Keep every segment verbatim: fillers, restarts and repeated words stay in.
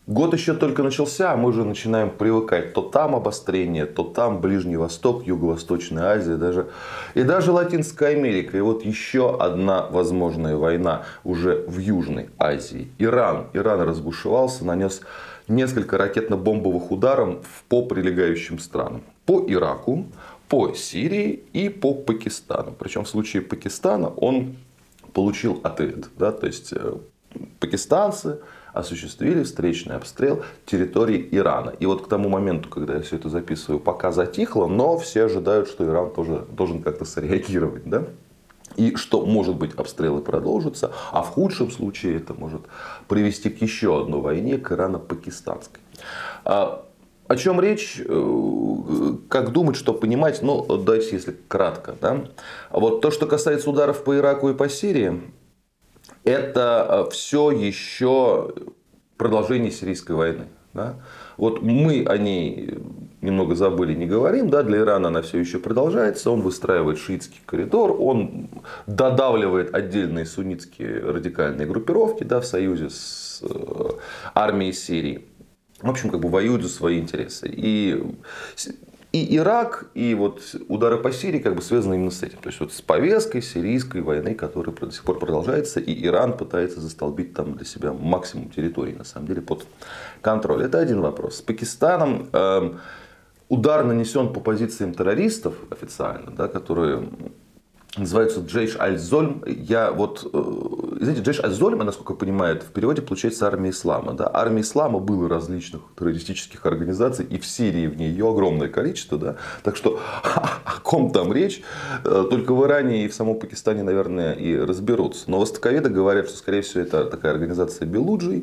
Год еще только начался, а мы уже начинаем привыкать. То там обострение, то там Ближний Восток, Юго-Восточная Азия даже, и даже Латинская Америка. И вот еще одна возможная война уже в Южной Азии. Иран. Иран разбушевался, нанес несколько ракетно-бомбовых ударов по прилегающим странам. По Ираку, по Сирии и по Пакистану. Причем в случае Пакистана он получил ответ. Да? То есть пакистанцы осуществили встречный обстрел территории Ирана. И вот к тому моменту, когда я все это записываю, пока затихло, но все ожидают, что Иран тоже должен как-то среагировать. Да? И что, может быть, обстрелы продолжатся, а в худшем случае это может привести к еще одной войне, к ирано-пакистанской. О чем речь, как думать, что понимать, ну, давайте, если кратко. Да? Вот то, что касается ударов по Ираку и по Сирии, это все еще продолжение сирийской войны. Да? Вот мы о ней немного забыли, не говорим. Да? Для Ирана она все еще продолжается. Он выстраивает шиитский коридор. Он додавливает отдельные суннитские радикальные группировки, да, в союзе с армией Сирии. В общем, как бы воюют за свои интересы. И, и Ирак, и вот удары по Сирии как бы связаны именно с этим. То есть вот с повесткой сирийской войны, которая до сих пор продолжается. И Иран пытается застолбить там для себя максимум территорий, на самом деле, под контроль. Это один вопрос. С Пакистаном э, удар нанесен по позициям террористов официально, да, которые называются Джейш аль-Зольм. Я вот, знаете, Джейш аль-Зольм, насколько я понимаю, в переводе получается армия ислама. Да? Армия ислама было различных террористических организаций, и в Сирии в ней ее огромное количество. Да? Так что о ком там речь, только в Иране и в самом Пакистане, наверное, и разберутся. Но востоковеды говорят, что, скорее всего, это такая организация Белуджи.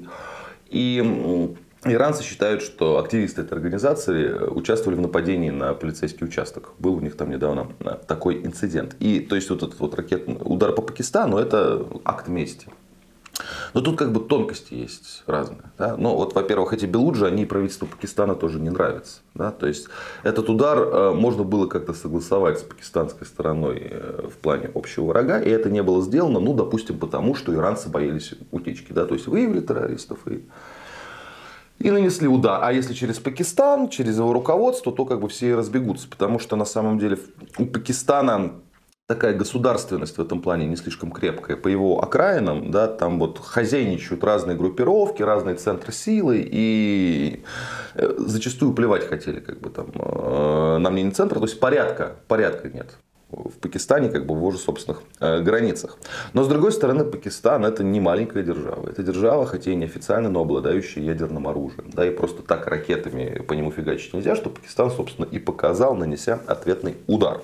И иранцы считают, что активисты этой организации участвовали в нападении на полицейский участок. Был у них там недавно такой инцидент. И то есть вот этот вот ракетный удар по Пакистану — это акт мести. Но тут как бы тонкости есть разные. Да? Ну, вот, во-первых, эти Белуджи, они правительству Пакистана тоже не нравятся. Да? То есть этот удар можно было как-то согласовать с пакистанской стороной в плане общего врага. И это не было сделано, ну, допустим, потому что иранцы боялись утечки. Да? То есть выявили террористов и... И нанесли удар. А если через Пакистан, через его руководство, то как бы все и разбегутся. Потому что на самом деле у Пакистана такая государственность в этом плане не слишком крепкая. По его окраинам, да, там вот хозяйничают разные группировки, разные центры силы. И зачастую плевать хотели, как бы там, на мнение центра. То есть порядка, порядка нет в Пакистане, как бы в его же собственных э, границах. Но с другой стороны, Пакистан — это не маленькая держава. Это держава, хотя и неофициально, но обладающая ядерным оружием. Да, и просто так ракетами по нему фигачить нельзя, что Пакистан, собственно, и показал, нанеся ответный удар.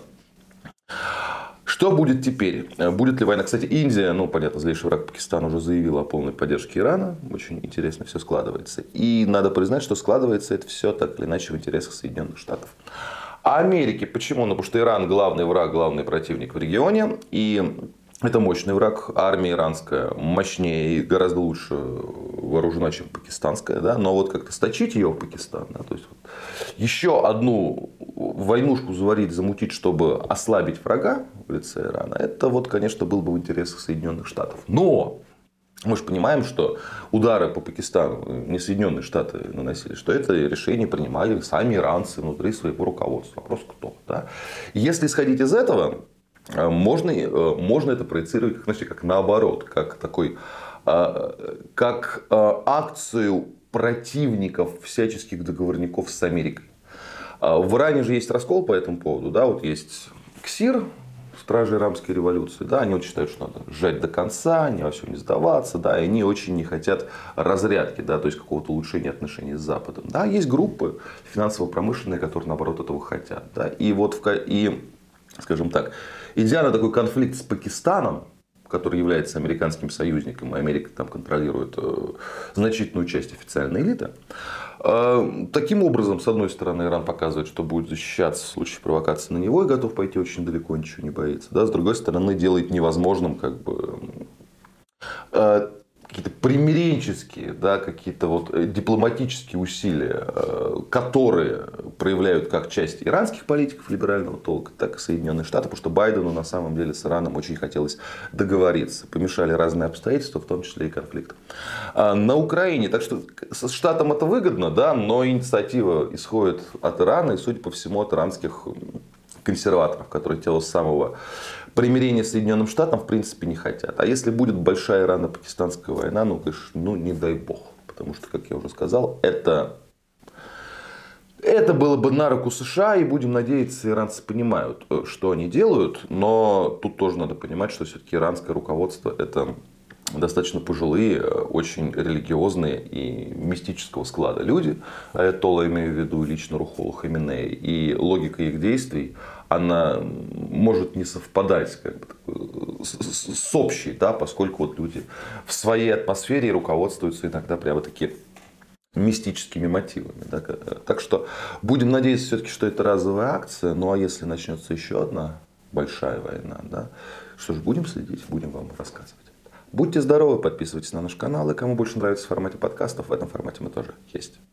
Что будет теперь? Будет ли война? Кстати, Индия, ну, понятно, злейший враг Пакистана, уже заявила о полной поддержке Ирана. Очень интересно все складывается. И надо признать, что складывается это все так или иначе в интересах Соединенных Штатов. А Америке почему? Ну, потому что Иран главный враг, главный противник в регионе. И это мощный враг. Армия иранская мощнее и гораздо лучше вооружена, чем пакистанская. Да? Но вот как-то сточить ее в Пакистан. Да? То есть, вот, еще одну войнушку заварить, замутить, чтобы ослабить врага в лице Ирана. Это, вот, конечно, было бы в интересах Соединенных Штатов. Но мы же понимаем, что удары по Пакистану не Соединенные Штаты наносили, что это решение принимали сами иранцы внутри своего руководства. Вопрос кто. Да? Если исходить из этого, можно, можно это проецировать как, знаете, как наоборот, как, такой, как акцию противников всяческих договорников с Америкой. В Иране же есть раскол по этому поводу. Да? Вот есть КСИР, стражи иранской революции, да, они вот считают, что надо сжать до конца, ни во всем не сдаваться, да, и они очень не хотят разрядки, да, то есть какого-то улучшения отношений с Западом. Да, есть группы финансово-промышленные, которые, наоборот, этого хотят. Да, и вот, в, и, скажем так, идя на такой конфликт с Пакистаном, который является американским союзником, и Америка там контролирует э, значительную часть официальной элиты. Э, таким образом, с одной стороны, Иран показывает, что будет защищаться в случае провокации на него и готов пойти очень далеко, ничего не боится. Да? С другой стороны, делает невозможным как бы, э, какие-то примиренческие, да, какие-то вот дипломатические усилия, которые проявляют как часть иранских политиков либерального толка, так и Соединенные Штаты, потому что Байдену на самом деле с Ираном очень хотелось договориться. Помешали разные обстоятельства, в том числе и конфликт на Украине. Так что с Штатам это выгодно, да, но инициатива исходит от Ирана и, судя по всему, от иранских консерваторов, которые того самого примирения с Соединенным Штатам в принципе не хотят. А если будет большая ирано-пакистанская война, ну, конечно, ну не дай бог. Потому что, как я уже сказал, это, это было бы на руку США. И будем надеяться, иранцы понимают, что они делают. Но тут тоже надо понимать, что все-таки иранское руководство это достаточно пожилые, очень религиозные и мистического склада люди. Аятолла, имею в виду лично Рухолла Хаминеи. И логика их действий, она может не совпадать как бы, с, с, с общей, да, поскольку вот люди в своей атмосфере руководствуются иногда прямо таки мистическими мотивами. Да. Так что будем надеяться все-таки, что это разовая акция. Ну а если начнется еще одна большая война, да, что ж, будем следить, будем вам рассказывать. Будьте здоровы, подписывайтесь на наш канал. И кому больше нравится в формате подкастов, в этом формате мы тоже есть.